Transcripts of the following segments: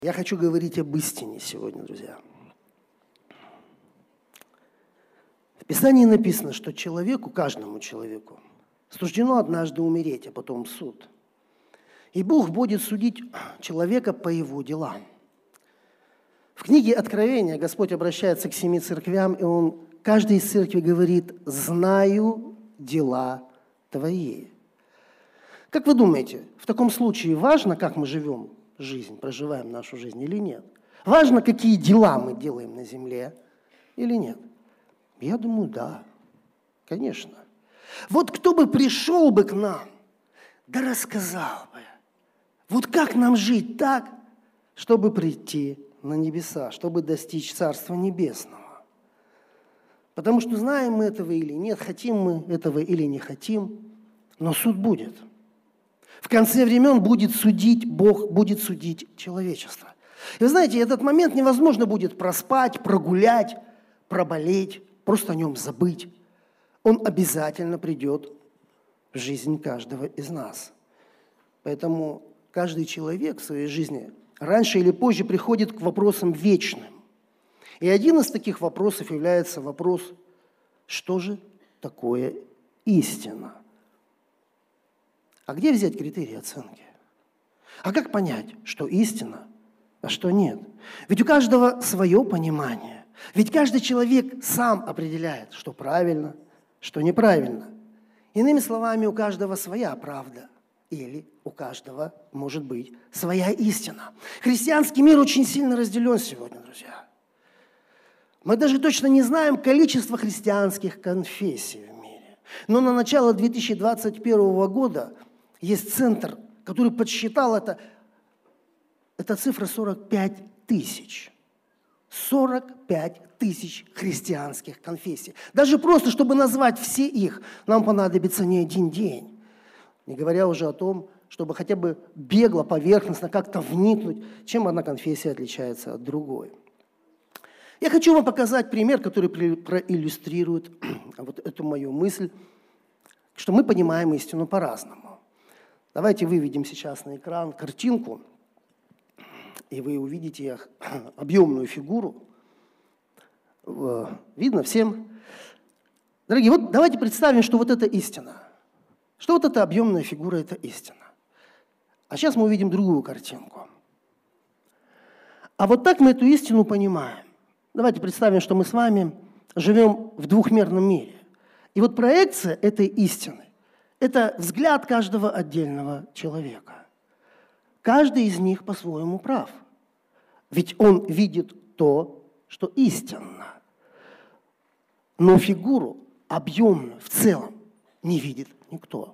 Я хочу говорить об истине сегодня, друзья. В Писании написано, что человеку, каждому человеку, суждено однажды умереть, а потом суд. И Бог будет судить человека по его делам. В книге Откровения Господь обращается к 7 церквям, и Он каждой из церквей говорит: «Знаю дела твои». Как вы думаете, в таком случае важно, как мы живем жизнь, проживаем нашу жизнь или нет? Важно, какие дела мы делаем на земле или нет? Я думаю, да, конечно. Вот кто бы пришел бы к нам, да рассказал бы, вот как нам жить так, чтобы прийти на небеса, чтобы достичь Царства Небесного. Потому что знаем мы этого или нет, хотим мы этого или не хотим, но суд будет. В конце времен будет судить Бог, будет судить человечество. И вы знаете, этот момент невозможно будет проспать, прогулять, проболеть, просто о нем забыть. Он обязательно придет в жизнь каждого из нас. Поэтому каждый человек в своей жизни раньше или позже приходит к вопросам вечным. И один из таких вопросов является вопрос: что же такое истина? А где взять критерии оценки? А как понять, что истина, а что нет? Ведь у каждого свое понимание. Ведь каждый человек сам определяет, что правильно, что неправильно. Иными словами, у каждого своя правда. Или у каждого, может быть, своя истина. Христианский мир очень сильно разделен сегодня, друзья. Мы даже точно не знаем количество христианских конфессий в мире. Но на начало 2021 года есть центр, который подсчитал это. Это цифра 45 тысяч. 45 тысяч христианских конфессий. Даже просто, чтобы назвать все их, нам понадобится не один день. Не говоря уже о том, чтобы хотя бы бегло, поверхностно как-то вникнуть, чем одна конфессия отличается от другой. Я хочу вам показать пример, который проиллюстрирует вот эту мою мысль, что мы понимаем истину по-разному. Давайте выведем сейчас на экран картинку, и вы увидите объемную фигуру. Видно всем? Дорогие, вот давайте представим, что вот это истина. Что вот эта объемная фигура – это истина. А сейчас мы увидим другую картинку. А вот так мы эту истину понимаем. Давайте представим, что мы с вами живем в двухмерном мире. И вот проекция этой истины – это взгляд каждого отдельного человека. Каждый из них по-своему прав. Ведь он видит то, что истинно. Но фигуру объемную в целом не видит никто.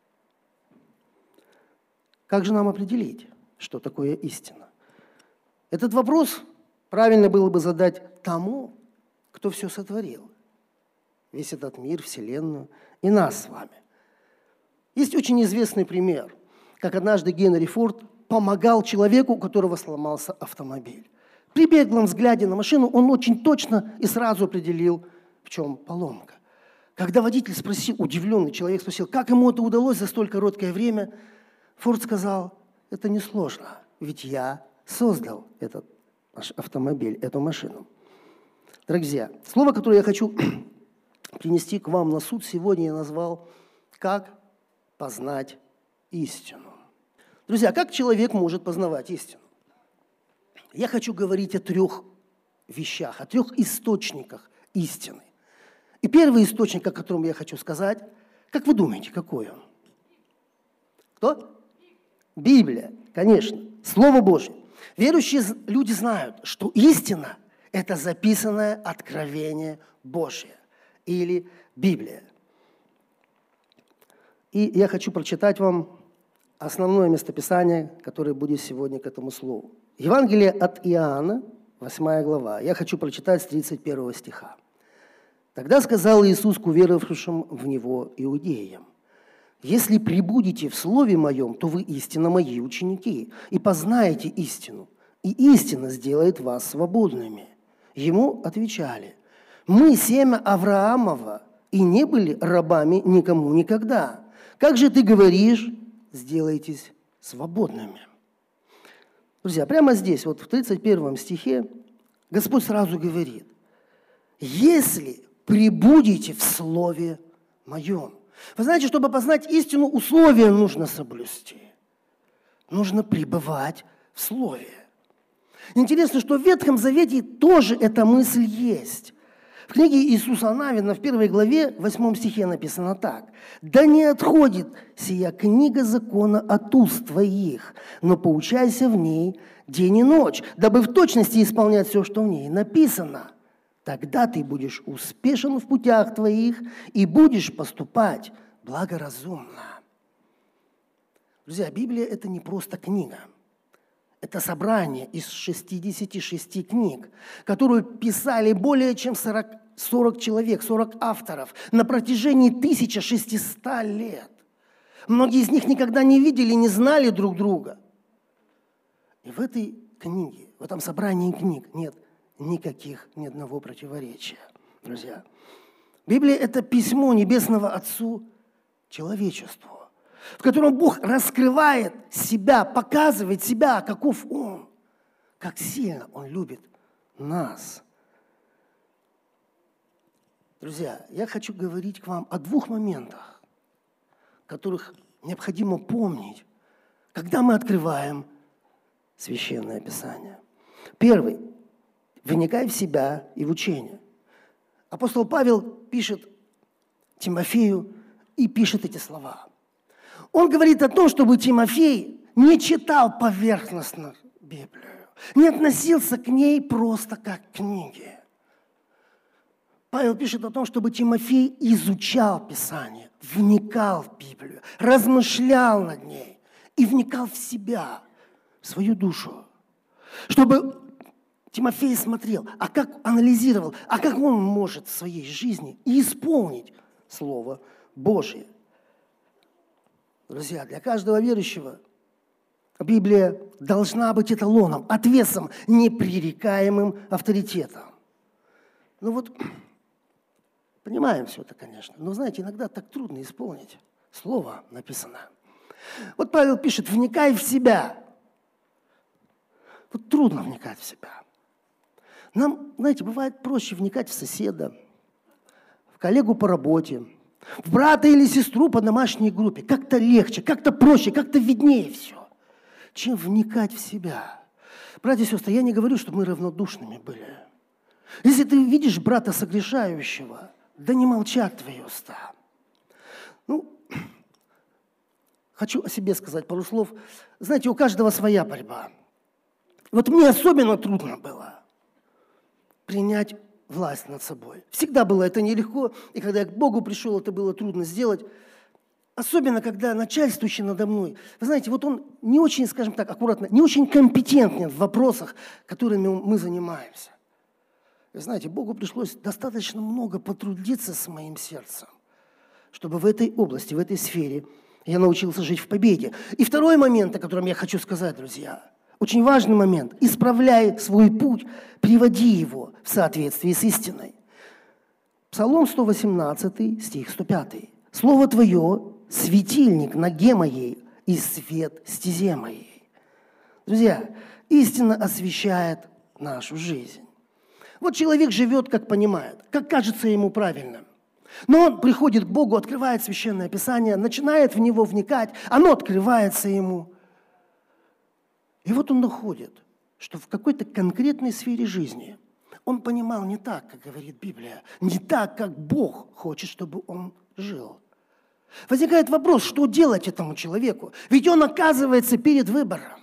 Как же нам определить, что такое истина? Этот вопрос правильно было бы задать тому, кто все сотворил. Весь этот мир, Вселенную и нас с вами. Есть очень известный пример, как однажды Генри Форд помогал человеку, у которого сломался автомобиль. При беглом взгляде на машину он очень точно и сразу определил, в чем поломка. Когда водитель спросил, удивленный человек спросил, как ему это удалось за столь короткое время, Форд сказал: это несложно, ведь я создал этот автомобиль, эту машину. Друзья, слово, которое я хочу принести к вам на суд сегодня, я назвал «Как познать истину». Друзья, как человек может познавать истину? Я хочу говорить о 3 вещах, о 3 источниках истины. И первый источник, о котором я хочу сказать, как вы думаете, какой он? Кто? Библия, конечно, Слово Божье. Верующие люди знают, что истина – это записанное откровение Божье или Библия. И я хочу прочитать вам основное местописание, которое будет сегодня к этому слову. Евангелие от Иоанна, 8 глава. Я хочу прочитать с 31 стиха. «Тогда сказал Иисус к уверовавшим в Него иудеям: если пребудете в Слове Моем, то вы истинно Мои ученики, и познаете истину, и истина сделает вас свободными». Ему отвечали: мы семя Авраамова, и не были рабами никому никогда. Как же ты говоришь: сделайтесь свободными? Друзья, прямо здесь, вот в 31 стихе, Господь сразу говорит: «Если пребудете в Слове Моем». Вы знаете, чтобы познать истину, условия нужно соблюсти. Нужно пребывать в Слове. Интересно, что в Ветхом Завете тоже эта мысль есть. В книге Иисуса Навина в 1 главе, 8 стихе написано так: «Да не отходит сия книга закона от уст твоих, но поучайся в ней день и ночь, дабы в точности исполнять все, что в ней написано. Тогда ты будешь успешен в путях твоих и будешь поступать благоразумно». Друзья, Библия – это не просто книга. Это собрание из 66 книг, которую писали более чем 40 человек, 40 авторов на протяжении 1600 лет. Многие из них никогда не видели, не знали друг друга. И в этой книге, в этом собрании книг нет ни одного противоречия, друзья. Библия – это письмо Небесного Отцу человечеству, в котором Бог раскрывает себя, показывает себя, каков Он, как сильно Он любит нас. Друзья, я хочу говорить к вам о двух моментах, которых необходимо помнить, когда мы открываем Священное Писание. Первый – вникай в себя и в учение. Апостол Павел пишет Тимофею и пишет эти слова. Он говорит о том, чтобы Тимофей не читал поверхностно Библию, не относился к ней просто как к книге. Павел пишет о том, чтобы Тимофей изучал Писание, вникал в Библию, размышлял над ней и вникал в себя, в свою душу. Чтобы Тимофей смотрел, анализировал, а как он может в своей жизни исполнить Слово Божие. Друзья, для каждого верующего Библия должна быть эталоном, отвесом, непререкаемым авторитетом. Ну вот, понимаем все это, конечно, но, знаете, иногда так трудно исполнить. Слово написано. Вот Павел пишет: «Вникай в себя». Вот трудно вникать в себя. Нам, знаете, бывает проще вникать в соседа, в коллегу по работе, в брата или сестру по домашней группе. Как-то легче, как-то проще, как-то виднее все, чем вникать в себя. Братья и сестры, я не говорю, что мы равнодушными были. Если ты видишь брата согрешающего, да не молчат твои уста. Ну, хочу о себе сказать пару слов. Знаете, у каждого своя борьба. Вот мне особенно трудно было принять власть над собой. Всегда было это нелегко, и когда я к Богу пришел, это было трудно сделать. Особенно, когда начальствующий надо мной, вы знаете, вот он не очень, скажем так, аккуратно, не очень компетентен в вопросах, которыми мы занимаемся. Вы знаете, Богу пришлось достаточно много потрудиться с моим сердцем, чтобы в этой области, в этой сфере я научился жить в победе. И второй момент, о котором я хочу сказать, друзья, очень важный момент. Исправляй свой путь, приводи его в соответствии с истиной. Псалом 118, стих 105. «Слово Твое – светильник ноге моей и свет стезе моей». Друзья, истина освещает нашу жизнь. Вот человек живет, как понимает, как кажется ему правильным. Но он приходит к Богу, открывает Священное Писание, начинает в него вникать, оно открывается ему. И вот он находит, что в какой-то конкретной сфере жизни он понимал не так, как говорит Библия, не так, как Бог хочет, чтобы он жил. Возникает вопрос, что делать этому человеку? Ведь он оказывается перед выбором.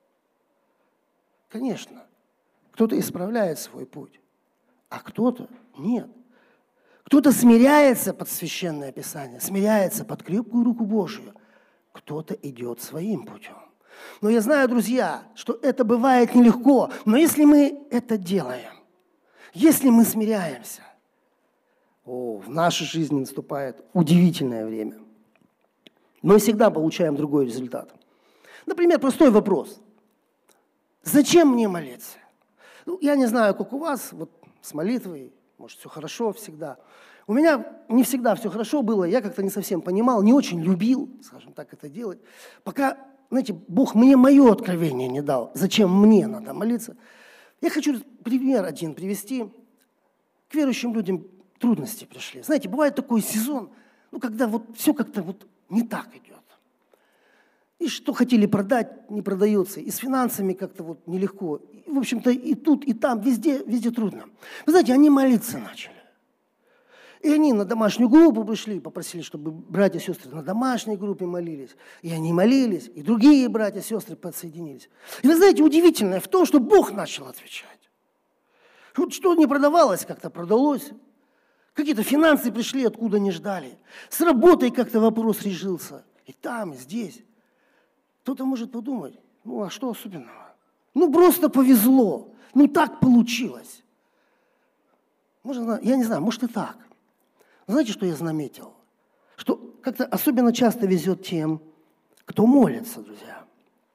Конечно, кто-то исправляет свой путь, а кто-то нет. Кто-то смиряется под Священное Писание, смиряется под крепкую руку Божию, кто-то идет своим путем. Но я знаю, друзья, что это бывает нелегко, но если мы это делаем, если мы смиряемся, в нашей жизни наступает удивительное время. Мы всегда получаем другой результат. Например, простой вопрос. Зачем мне молиться? Я не знаю, как у вас, вот с молитвой, может, все хорошо всегда. У меня не всегда все хорошо было, я как-то не совсем понимал, не очень любил, скажем так, это делать, пока знаете, Бог мне мое откровение не дал. Зачем мне надо молиться? Я хочу пример один привести. К верующим людям трудности пришли. Знаете, бывает такой сезон, когда вот все как-то вот не так идет. И что хотели продать, не продается. И с финансами как-то вот нелегко. И, в общем-то, и тут, и там, везде трудно. Вы знаете, они молиться начали. И они на домашнюю группу пришли, попросили, чтобы братья и сестры на домашней группе молились. И они молились, и другие братья и сестры подсоединились. И вы знаете, удивительное в том, что Бог начал отвечать. Вот что не продавалось, как-то продалось. Какие-то финансы пришли, откуда не ждали. С работой как-то вопрос решился. И там, и здесь. Кто-то может подумать, а что особенного? Просто повезло. Так получилось. Может, я не знаю, может и так. Знаете, что я заметил? Что как-то особенно часто везет тем, кто молится, друзья.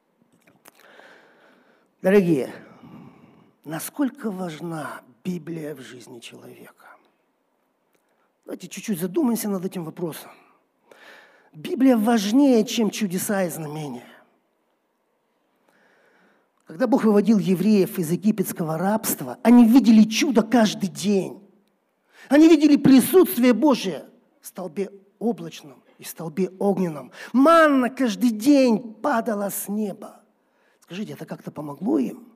Дорогие, насколько важна Библия в жизни человека? Давайте чуть-чуть задумаемся над этим вопросом. Библия важнее, чем чудеса и знамения. Когда Бог выводил евреев из египетского рабства, они видели чудо каждый день. Они видели присутствие Божие в столбе облачном и в столбе огненном. Манна каждый день падала с неба. Скажите, это как-то помогло им?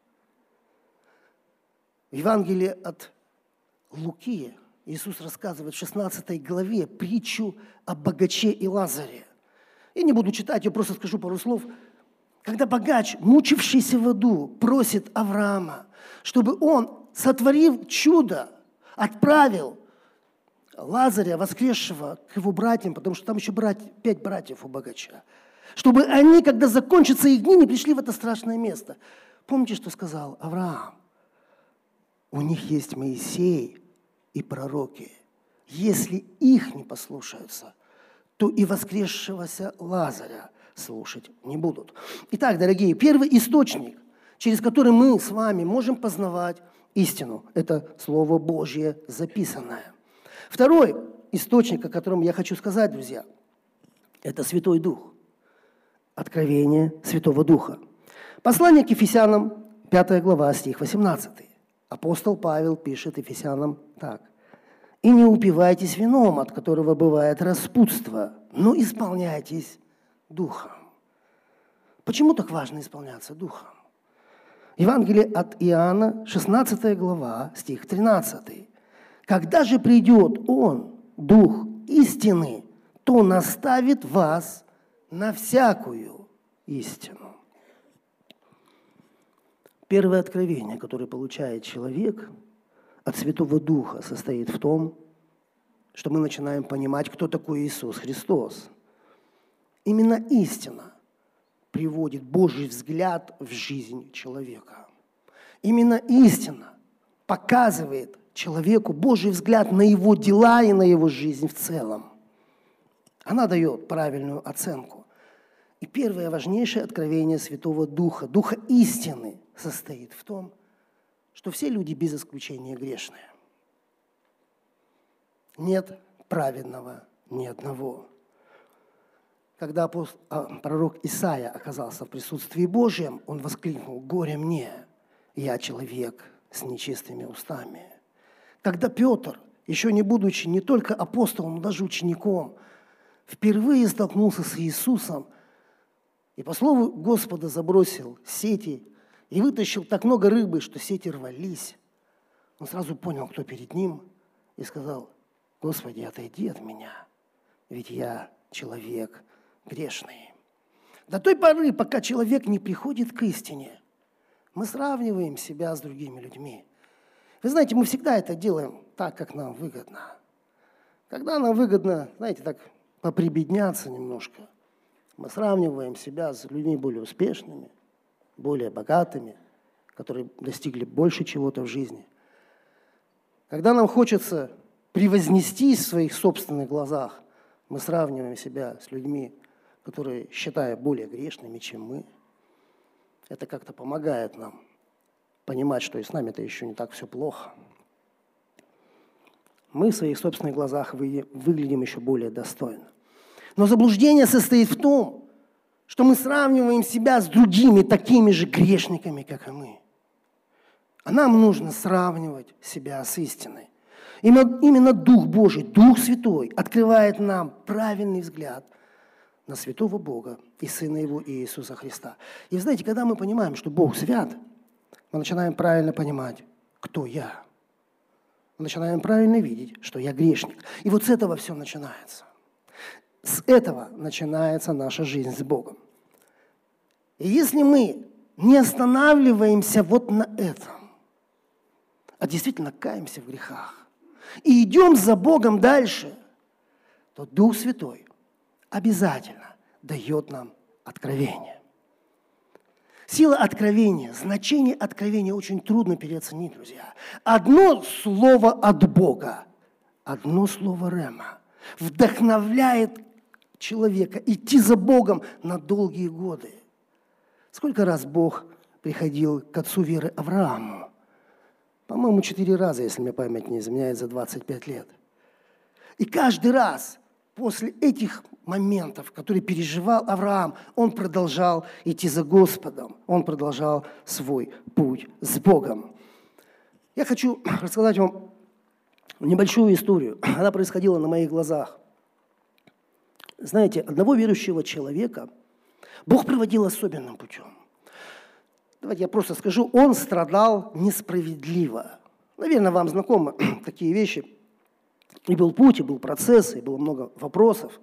В Евангелии от Луки Иисус рассказывает в 16 главе притчу о богаче и Лазаре. Я не буду читать, я просто скажу пару слов. Когда богач, мучившийся в аду, просит Авраама, чтобы он, сотворив чудо, отправил Лазаря, воскресшего, к его братьям, потому что там еще 5 братьев у богача, чтобы они, когда закончатся их дни, не пришли в это страшное место. Помните, что сказал Авраам? У них есть Моисей и пророки. Если их не послушаются, то и воскресшегося Лазаря слушать не будут. Итак, дорогие, первый источник, через который мы с вами можем познавать истину, это Слово Божье записанное. Второй источник, о котором я хочу сказать, друзья, это Святой Дух. Откровение Святого Духа. Послание к Ефесянам, 5 глава, стих 18. Апостол Павел пишет Ефесянам так. «И не упивайтесь вином, от которого бывает распутство, но исполняйтесь Духом». Почему так важно исполняться Духом? Евангелие от Иоанна, 16 глава, стих 13. «Когда же придет Он, Дух истины, то наставит вас на всякую истину». Первое откровение, которое получает человек от Святого Духа, состоит в том, что мы начинаем понимать, кто такой Иисус Христос. Именно истина приводит Божий взгляд в жизнь человека. Именно истина показывает человеку Божий взгляд на его дела и на его жизнь в целом. Она дает правильную оценку. И первое важнейшее откровение Святого Духа, Духа истины, состоит в том, что все люди без исключения грешные. Нет праведного ни одного. Когда пророк Исаия оказался в присутствии Божьем, он воскликнул: «Горе мне, я человек с нечистыми устами». Когда Петр, еще не будучи не только апостолом, но даже учеником, впервые столкнулся с Иисусом и по слову Господа забросил сети и вытащил так много рыбы, что сети рвались, он сразу понял, кто перед ним, и сказал: «Господи, отойди от меня, ведь я человек грешный». До той поры, пока человек не приходит к истине, мы сравниваем себя с другими людьми. Вы знаете, мы всегда это делаем так, как нам выгодно. Когда нам выгодно, знаете, так поприбедняться немножко, мы сравниваем себя с людьми более успешными, более богатыми, которые достигли больше чего-то в жизни. Когда нам хочется превознестись в своих собственных глазах, мы сравниваем себя с людьми, которые считают более грешными, чем мы. Это как-то помогает нам понимать, что и с нами-то еще не так все плохо. Мы в своих собственных глазах выглядим еще более достойно. Но заблуждение состоит в том, что мы сравниваем себя с другими такими же грешниками, как и мы. А нам нужно сравнивать себя с истиной. Именно Дух Божий, Дух Святой открывает нам правильный взгляд на святого Бога и Сына Его Иисуса Христа. И вы знаете, когда мы понимаем, что Бог свят, мы начинаем правильно понимать, кто я. Мы начинаем правильно видеть, что я грешник. И вот с этого все начинается. С этого начинается наша жизнь с Богом. И если мы не останавливаемся вот на этом, а действительно каемся в грехах и идем за Богом дальше, то Дух Святой обязательно дает нам откровение. Сила откровения, значение откровения очень трудно переоценить, друзья. Одно слово от Бога, одно слово рема вдохновляет человека идти за Богом на долгие годы. Сколько раз Бог приходил к отцу веры Аврааму? По-моему, 4 раза, если мне память не изменяет, за 25 лет. И каждый раз после этих моментов, которые переживал Авраам, он продолжал идти за Господом, он продолжал свой путь с Богом. Я хочу рассказать вам небольшую историю. Она происходила на моих глазах. Знаете, одного верующего человека Бог проводил особенным путем. Давайте я просто скажу, он страдал несправедливо. Наверное, вам знакомы такие вещи. И был путь, и был процесс, и было много вопросов.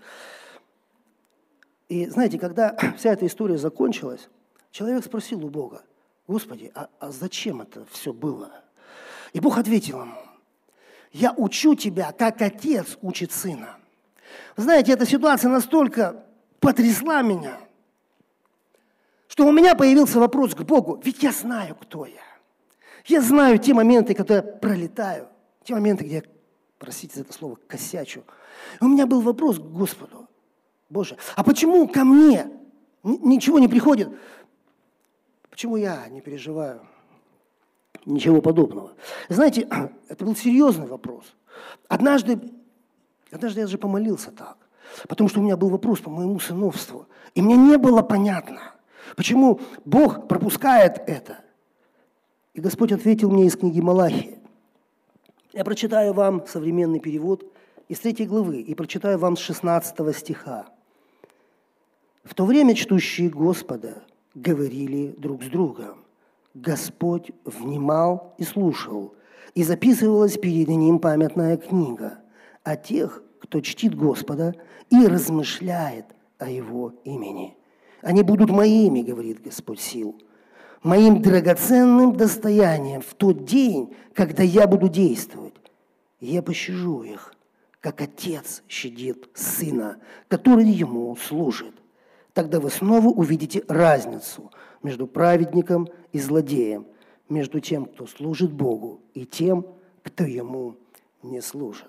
И знаете, когда вся эта история закончилась, человек спросил у Бога: «Господи, а зачем это все было?» И Бог ответил ему: «Я учу тебя, как отец учит сына». Знаете, эта ситуация настолько потрясла меня, что у меня появился вопрос к Богу, ведь я знаю, кто я. Я знаю те моменты, когда я пролетаю, те моменты, где я, простите за это слово, косячу. И у меня был вопрос к Господу: Боже, а почему ко мне ничего не приходит? Почему я не переживаю ничего подобного? Знаете, это был серьезный вопрос. Однажды я даже помолился так, потому что у меня был вопрос по моему сыновству. И мне не было понятно, почему Бог пропускает это. И Господь ответил мне из книги Малахии. Я прочитаю вам современный перевод из 3 главы и прочитаю вам с 16 стиха. «В то время чтущие Господа говорили друг с другом. Господь внимал и слушал, и записывалась перед ним памятная книга о тех, кто чтит Господа и размышляет о Его имени. Они будут моими, говорит Господь сил, моим драгоценным достоянием в тот день, когда я буду действовать. Я пощажу их, как отец щадит сына, который ему служит. Тогда вы снова увидите разницу между праведником и злодеем, между тем, кто служит Богу, и тем, кто ему не служит».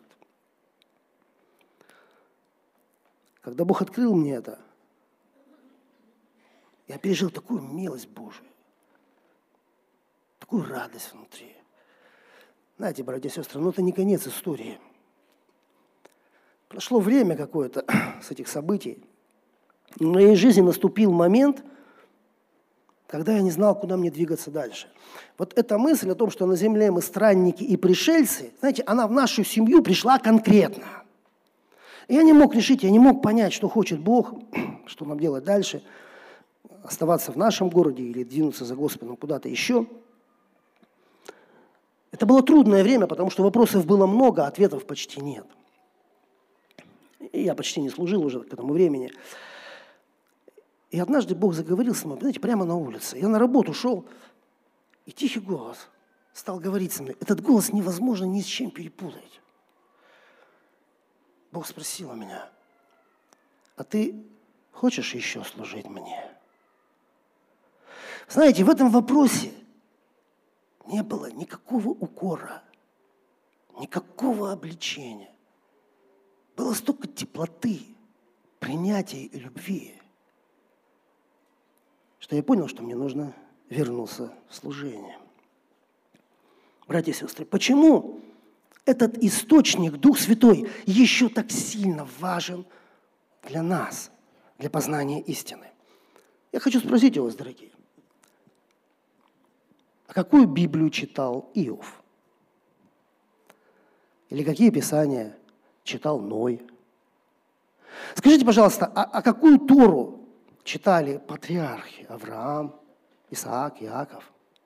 Когда Бог открыл мне это, я пережил такую милость Божию, такую радость внутри. Знаете, братья и сестры, это не конец истории. Прошло время какое-то с этих событий. В моей жизни наступил момент, когда я не знал, куда мне двигаться дальше. Вот эта мысль о том, что на земле мы странники и пришельцы, знаете, она в нашу семью пришла конкретно. И я не мог решить, я не мог понять, что хочет Бог, что нам делать дальше, оставаться в нашем городе или двинуться за Господом куда-то еще. Это было трудное время, потому что вопросов было много, а ответов почти нет. И я почти не служил уже к этому времени. И однажды Бог заговорил со мной, знаете, прямо на улице. Я на работу шел, и тихий голос стал говорить со мной. Этот голос невозможно ни с чем перепутать. Бог спросил у меня: «А ты хочешь еще служить мне?» Знаете, в этом вопросе не было никакого укора, никакого обличения. Было столько теплоты, принятия и любви, что я понял, что мне нужно вернуться в служение. Братья и сестры, почему этот источник, Дух Святой, еще так сильно важен для нас, для познания истины? Я хочу спросить у вас, дорогие, а какую Библию читал Иов? Или какие Писания читал Ной? Скажите, пожалуйста, а какую Тору читали патриархи Авраам, Исаак, Иаков?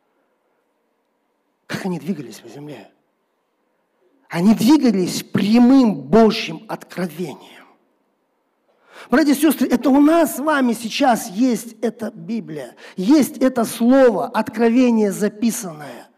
Как они двигались по земле? Они двигались прямым Божьим откровением. Братья и сестры, это у нас с вами сейчас есть эта Библия, есть это слово, откровение записанное.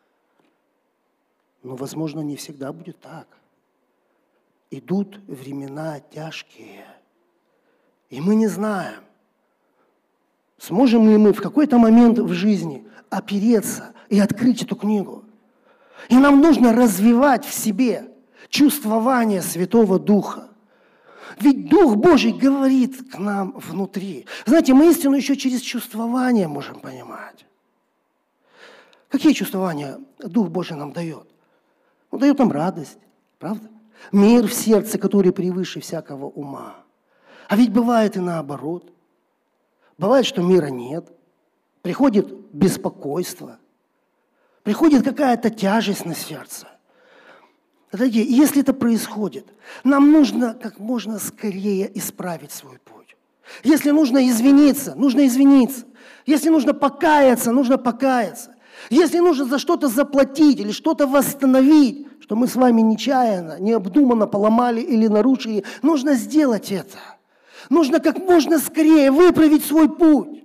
Но, возможно, не всегда будет так. Идут времена тяжкие, и мы не знаем, сможем ли мы в какой-то момент в жизни опереться и открыть эту книгу. И нам нужно развивать в себе чувствование Святого Духа. Ведь Дух Божий говорит к нам внутри. Знаете, мы истину еще через чувствование можем понимать. Какие чувствования Дух Божий нам дает? Он дает нам радость, правда? Мир в сердце, который превыше всякого ума. А ведь бывает и наоборот. Бывает, что мира нет. Приходит беспокойство. Приходит какая-то тяжесть на сердце. Дорогие, если это происходит, нам нужно как можно скорее исправить свой путь. Если нужно извиниться, нужно извиниться. Если нужно покаяться, нужно покаяться. Если нужно за что-то заплатить или что-то восстановить, что мы с вами нечаянно, необдуманно поломали или нарушили, нужно сделать это. Нужно как можно скорее выправить свой путь,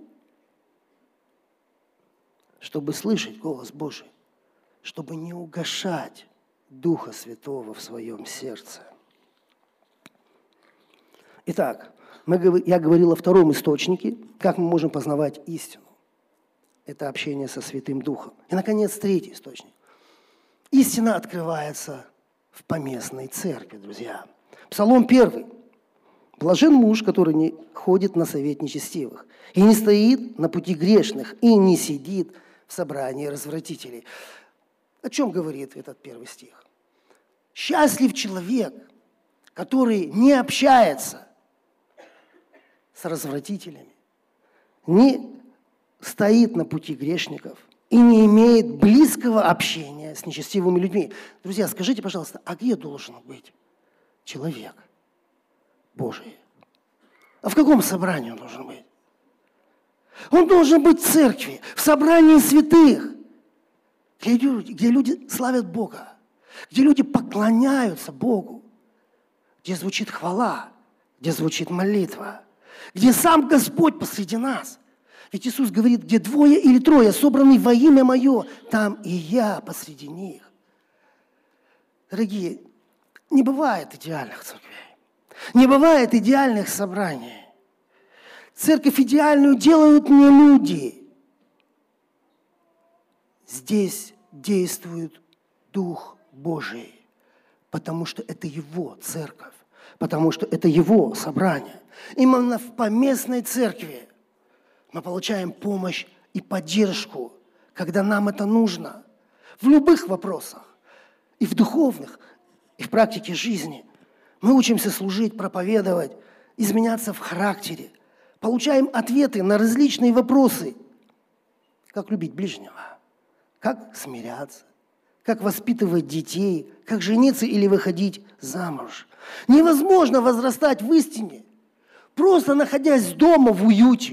чтобы слышать голос Божий, чтобы не угашать Духа Святого в своем сердце. Итак, я говорил о втором источнике, как мы можем познавать истину. Это общение со Святым Духом. И, наконец, третий источник. Истина открывается в поместной церкви, друзья. Псалом 1. «Блажен муж, который не ходит на совет нечестивых, и не стоит на пути грешных, и не сидит в собрании развратителей». О чем говорит этот первый стих? Счастлив человек, который не общается с развратителями, не стоит на пути грешников и не имеет близкого общения с нечестивыми людьми. Друзья, скажите, пожалуйста, а где должен быть человек Божий? А в каком собрании он должен быть? Он должен быть в церкви, в собрании святых, где люди славят Бога, где люди поклоняются Богу, где звучит хвала, где звучит молитва, где сам Господь посреди нас. Ведь Иисус говорит, где двое или трое собраны во имя Мое, там и Я посреди них. Дорогие, не бывает идеальных церквей, не бывает идеальных собраний. Церковь идеальную делают не люди. Здесь действует Дух Божий, потому что это Его церковь, потому что это Его собрание. Именно в поместной церкви мы получаем помощь и поддержку, когда нам это нужно, в любых вопросах, и в духовных, и в практике жизни. Мы учимся служить, проповедовать, изменяться в характере, получаем ответы на различные вопросы, как любить ближнего, как смиряться, как воспитывать детей, как жениться или выходить замуж. Невозможно возрастать в истине, просто находясь дома в уюте,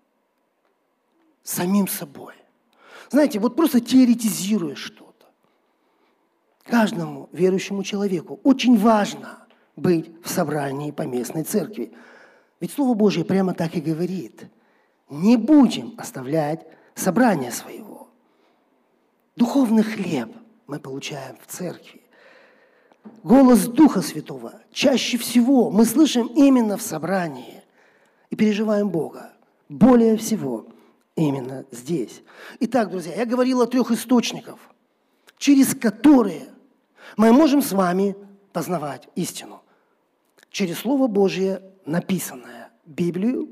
самим собой. Знаете, вот просто теоретизируя что-то. Каждому верующему человеку очень важно быть в собрании поместной церкви. Ведь Слово Божье прямо так и говорит. Не будем оставлять собрание своего. Духовный хлеб мы получаем в церкви. Голос Духа Святого чаще всего мы слышим именно в собрании и переживаем Бога. Более всего именно здесь. Итак, друзья, я говорил о 3 источниках, через которые мы можем с вами познавать истину. Через Слово Божье, написанное, Библию,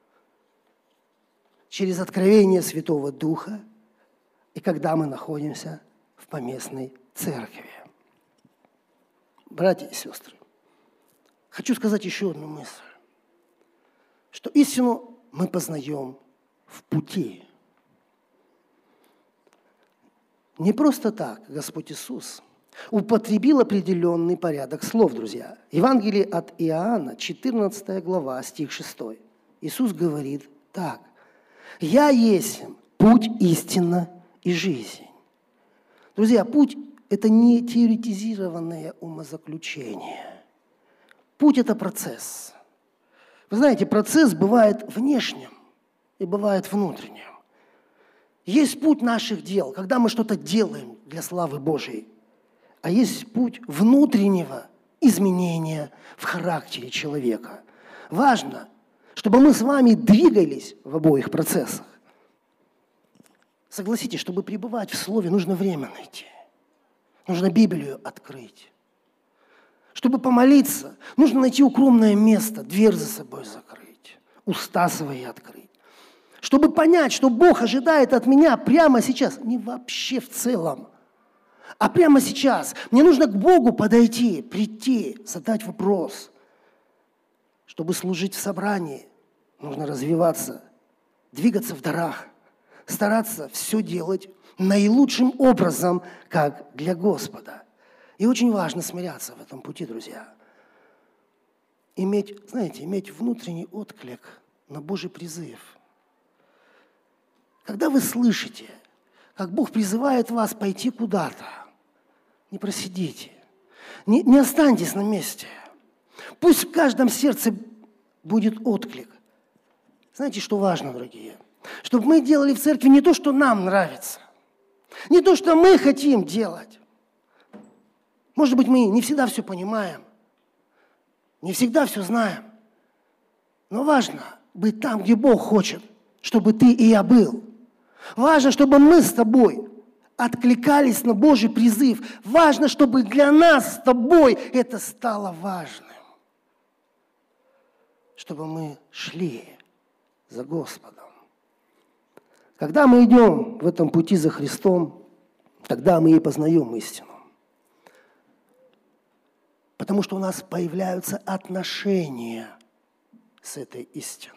через откровение Святого Духа и когда мы находимся в поместной церкви. Братья и сестры, хочу сказать еще одну мысль, что истину мы познаем в пути. Не просто так Господь Иисус употребил определенный порядок слов, друзья. Евангелие от Иоанна, 14 глава, стих 6. Иисус говорит так. «Я есть путь, истина и жизнь». Друзья, путь – это не теоретизированное умозаключение. Путь – это процесс. Вы знаете, процесс бывает внешним и бывает внутренним. Есть путь наших дел, когда мы что-то делаем для славы Божией, а есть путь внутреннего изменения в характере человека. Важно, чтобы мы с вами двигались в обоих процессах. Согласитесь, чтобы пребывать в Слове, нужно время найти. Нужно Библию открыть. Чтобы помолиться, нужно найти укромное место, дверь за собой закрыть, уста свои открыть. Чтобы понять, что Бог ожидает от меня прямо сейчас, не вообще в целом, а прямо сейчас. Мне нужно к Богу подойти, прийти, задать вопрос. Чтобы служить в собрании, нужно развиваться, двигаться в дарах, стараться все делать наилучшим образом, как для Господа. И очень важно смиряться в этом пути, друзья. Иметь внутренний отклик на Божий призыв. Когда вы слышите, как Бог призывает вас пойти куда-то, не просидите, не останьтесь на месте. Пусть в каждом сердце будет отклик. Знаете, что важно, дорогие? Чтобы мы делали в церкви не то, что нам нравится, не то, что мы хотим делать. Может быть, мы не всегда все понимаем, не всегда все знаем. Но важно быть там, где Бог хочет, чтобы ты и я был. Важно, чтобы мы с тобой откликались на Божий призыв. Важно, чтобы для нас с тобой это стало важным. Чтобы мы шли за Господом. Когда мы идем в этом пути за Христом, тогда мы и познаем истину. Потому что у нас появляются отношения с этой истиной.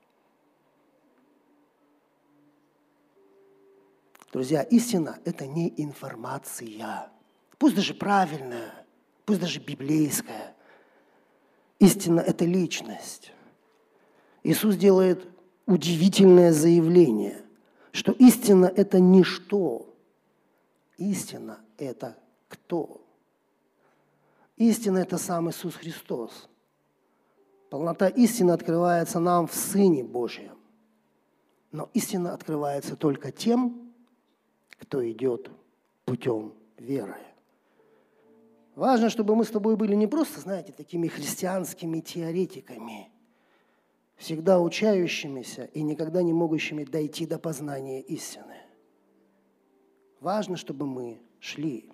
Друзья, истина – это не информация. Пусть даже правильная, пусть даже библейская. Истина – это личность. Иисус делает удивительное заявление, что истина – это не что. Истина – это кто? Истина – это сам Иисус Христос. Полнота истины открывается нам в Сыне Божьем. Но истина открывается только тем, кто идет путем веры. Важно, чтобы мы с тобой были не просто, знаете, такими христианскими теоретиками, всегда учающимися и никогда не могущими дойти до познания истины. Важно, чтобы мы шли.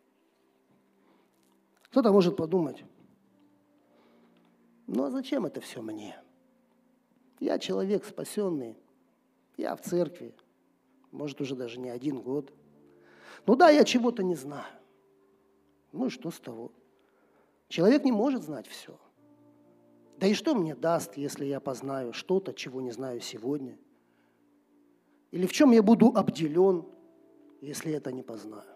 Кто-то может подумать, ну а зачем это все мне? Я человек спасенный, я в церкви, может, уже даже не 1 год. Ну да, я чего-то не знаю. Ну и что с того? Человек не может знать все. Да и что мне даст, если я познаю что-то, чего не знаю сегодня? Или в чем я буду обделен, если это не познаю?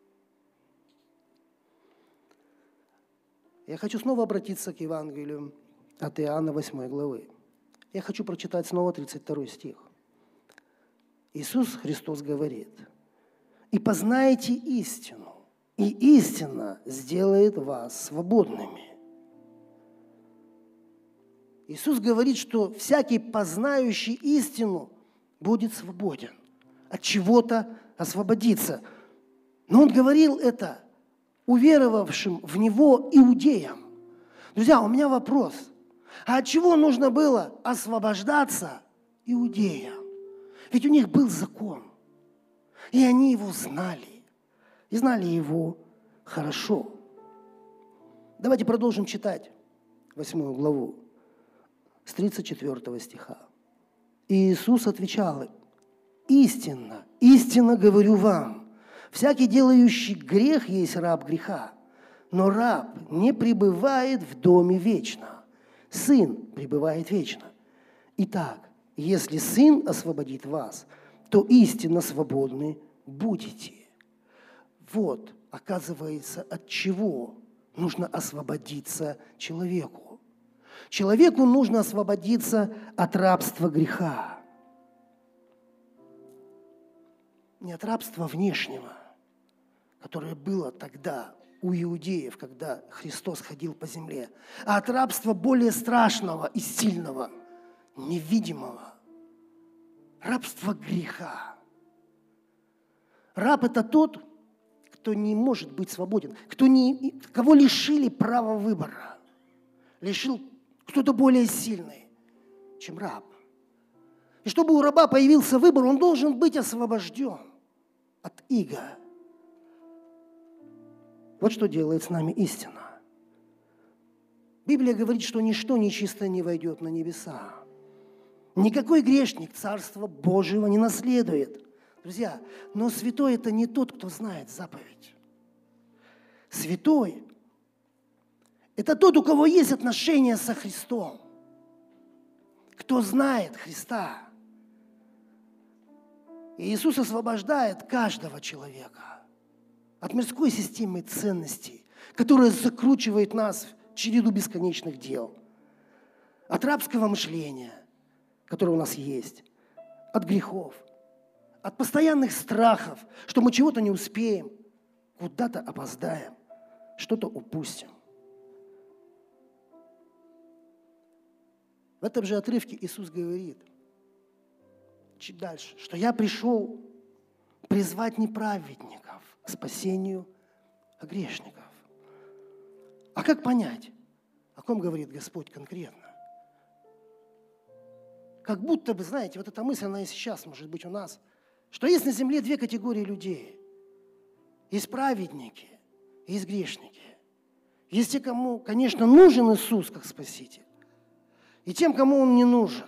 Я хочу снова обратиться к Евангелию от Иоанна 8 главы. Я хочу прочитать снова 32 стих. Иисус Христос говорит: «И познаете истину, и истина сделает вас свободными». Иисус говорит, что всякий, познающий истину, будет свободен, от чего-то освободиться. Но Он говорил это уверовавшим в Него иудеям. Друзья, у меня вопрос. А от чего нужно было освобождаться иудеям? Ведь у них был закон, и они его знали, и знали его хорошо. Давайте продолжим читать 8 главу с 34 стиха. И Иисус отвечал: «Истинно, истинно говорю вам, всякий, делающий грех, есть раб греха, но раб не пребывает в доме вечно, сын пребывает вечно. Итак, Если Сын освободит вас, то истинно свободны будете. Вот, оказывается, от чего нужно освободиться человеку. Человеку нужно освободиться от рабства греха. Не от рабства внешнего, которое было тогда у иудеев, когда Христос ходил по земле, а от рабства более страшного и сильного, невидимого. Рабство греха. Раб – это тот, кто не может быть свободен, кого лишили права выбора. Лишил кто-то более сильный, чем раб. И чтобы у раба появился выбор, он должен быть освобожден от ига. Вот что делает с нами истина. Библия говорит, что ничто нечистое не войдет на небеса. Никакой грешник Царства Божьего не наследует. Друзья, но святой – это не тот, кто знает заповедь. Святой – это тот, у кого есть отношения со Христом. Кто знает Христа. И Иисус освобождает каждого человека от мирской системы ценностей, которая закручивает нас в череду бесконечных дел. От рабского мышления, которое у нас есть, от грехов, от постоянных страхов, что мы чего-то не успеем, куда-то опоздаем, что-то упустим. В этом же отрывке Иисус говорит, чуть дальше, что я пришел призвать не праведников к спасению, а грешников. А как понять, о ком говорит Господь конкретно? Как будто бы, знаете, вот эта мысль, она и сейчас может быть у нас, что есть на земле две категории людей. Есть праведники, есть грешники. Есть те, кому, конечно, нужен Иисус как Спаситель, и тем, кому Он не нужен.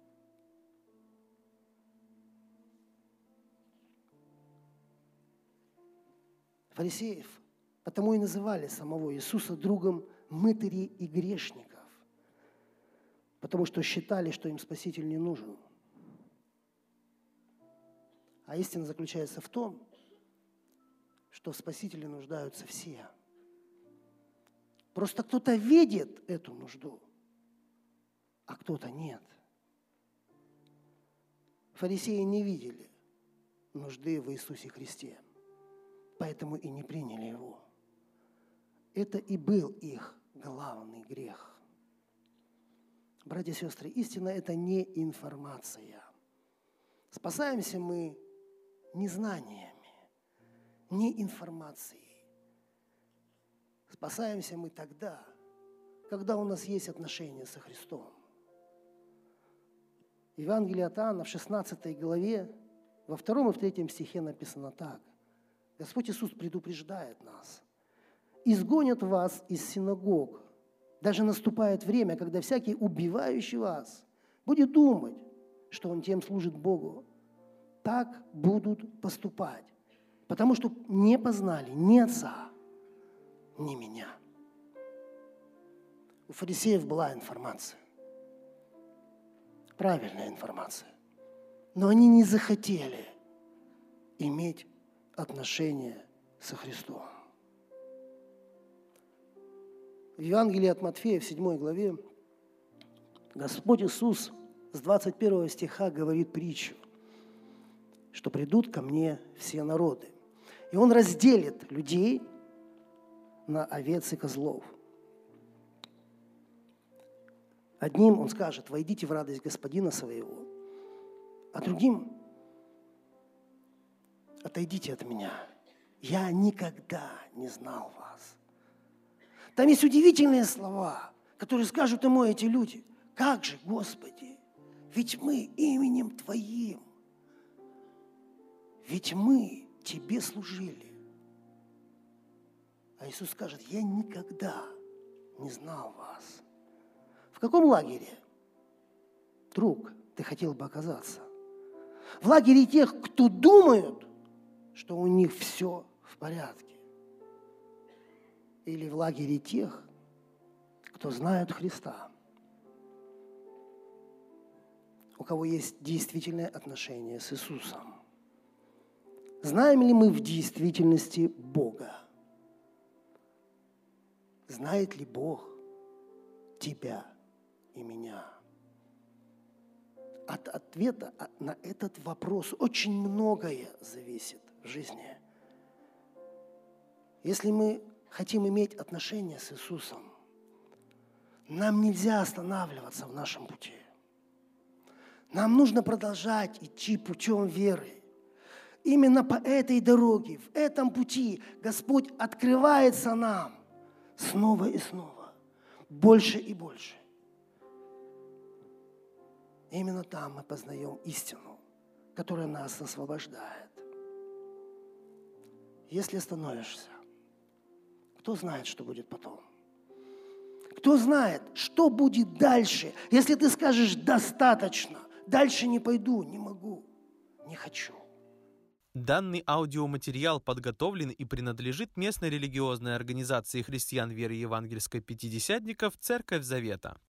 Фарисеев потому и называли самого Иисуса другом мытарей и грешников, потому что считали, что им Спаситель не нужен. А истина заключается в том, что в Спасителе нуждаются все. Просто кто-то видит эту нужду, а кто-то нет. Фарисеи не видели нужды в Иисусе Христе, поэтому и не приняли Его. Это и был их главный грех. Братья и сестры, истина – это не информация. Спасаемся мы не знаниями, не информацией. Спасаемся мы тогда, когда у нас есть отношения со Христом. В Евангелии от Иоанна в 16 главе, во 2 и в 3 стихе написано так. Господь Иисус предупреждает нас. «Изгонят вас из синагог. Даже наступает время, когда всякий, убивающий вас, будет думать, что он тем служит Богу. Так будут поступать, потому что не познали ни Отца, ни Меня». У фарисеев была информация, правильная информация, но они не захотели иметь отношения со Христом. В Евангелии от Матфея в 7 главе Господь Иисус с 21 стиха говорит притчу, что придут ко мне все народы. И Он разделит людей на овец и козлов. Одним Он скажет: «Войдите в радость Господина своего», а другим: «Отойдите от меня, я никогда не знал вас». Там есть удивительные слова, которые скажут ему эти люди: «Как же, Господи, ведь мы именем Твоим, ведь мы Тебе служили». А Иисус скажет: «Я никогда не знал вас». В каком лагере, друг, ты хотел бы оказаться? В лагере тех, кто думают, что у них все в порядке? Или в лагере тех, кто знают Христа? у кого есть действительное отношение с Иисусом. Знаем ли мы в действительности Бога? Знает ли Бог тебя и меня? От ответа на этот вопрос очень многое зависит в жизни. Если мы хотим иметь отношения с Иисусом, нам нельзя останавливаться в нашем пути. Нам нужно продолжать идти путем веры. Именно по этой дороге, в этом пути Господь открывается нам снова и снова, больше и больше. Именно там мы познаем истину, которая нас освобождает. Если остановишься, кто знает, что будет потом? Кто знает, что будет дальше, если ты скажешь «достаточно», дальше не пойду, не могу, не хочу. Данный аудиоматериал подготовлен и принадлежит местной религиозной организации христиан веры евангельской пятидесятников «Церковь Завета».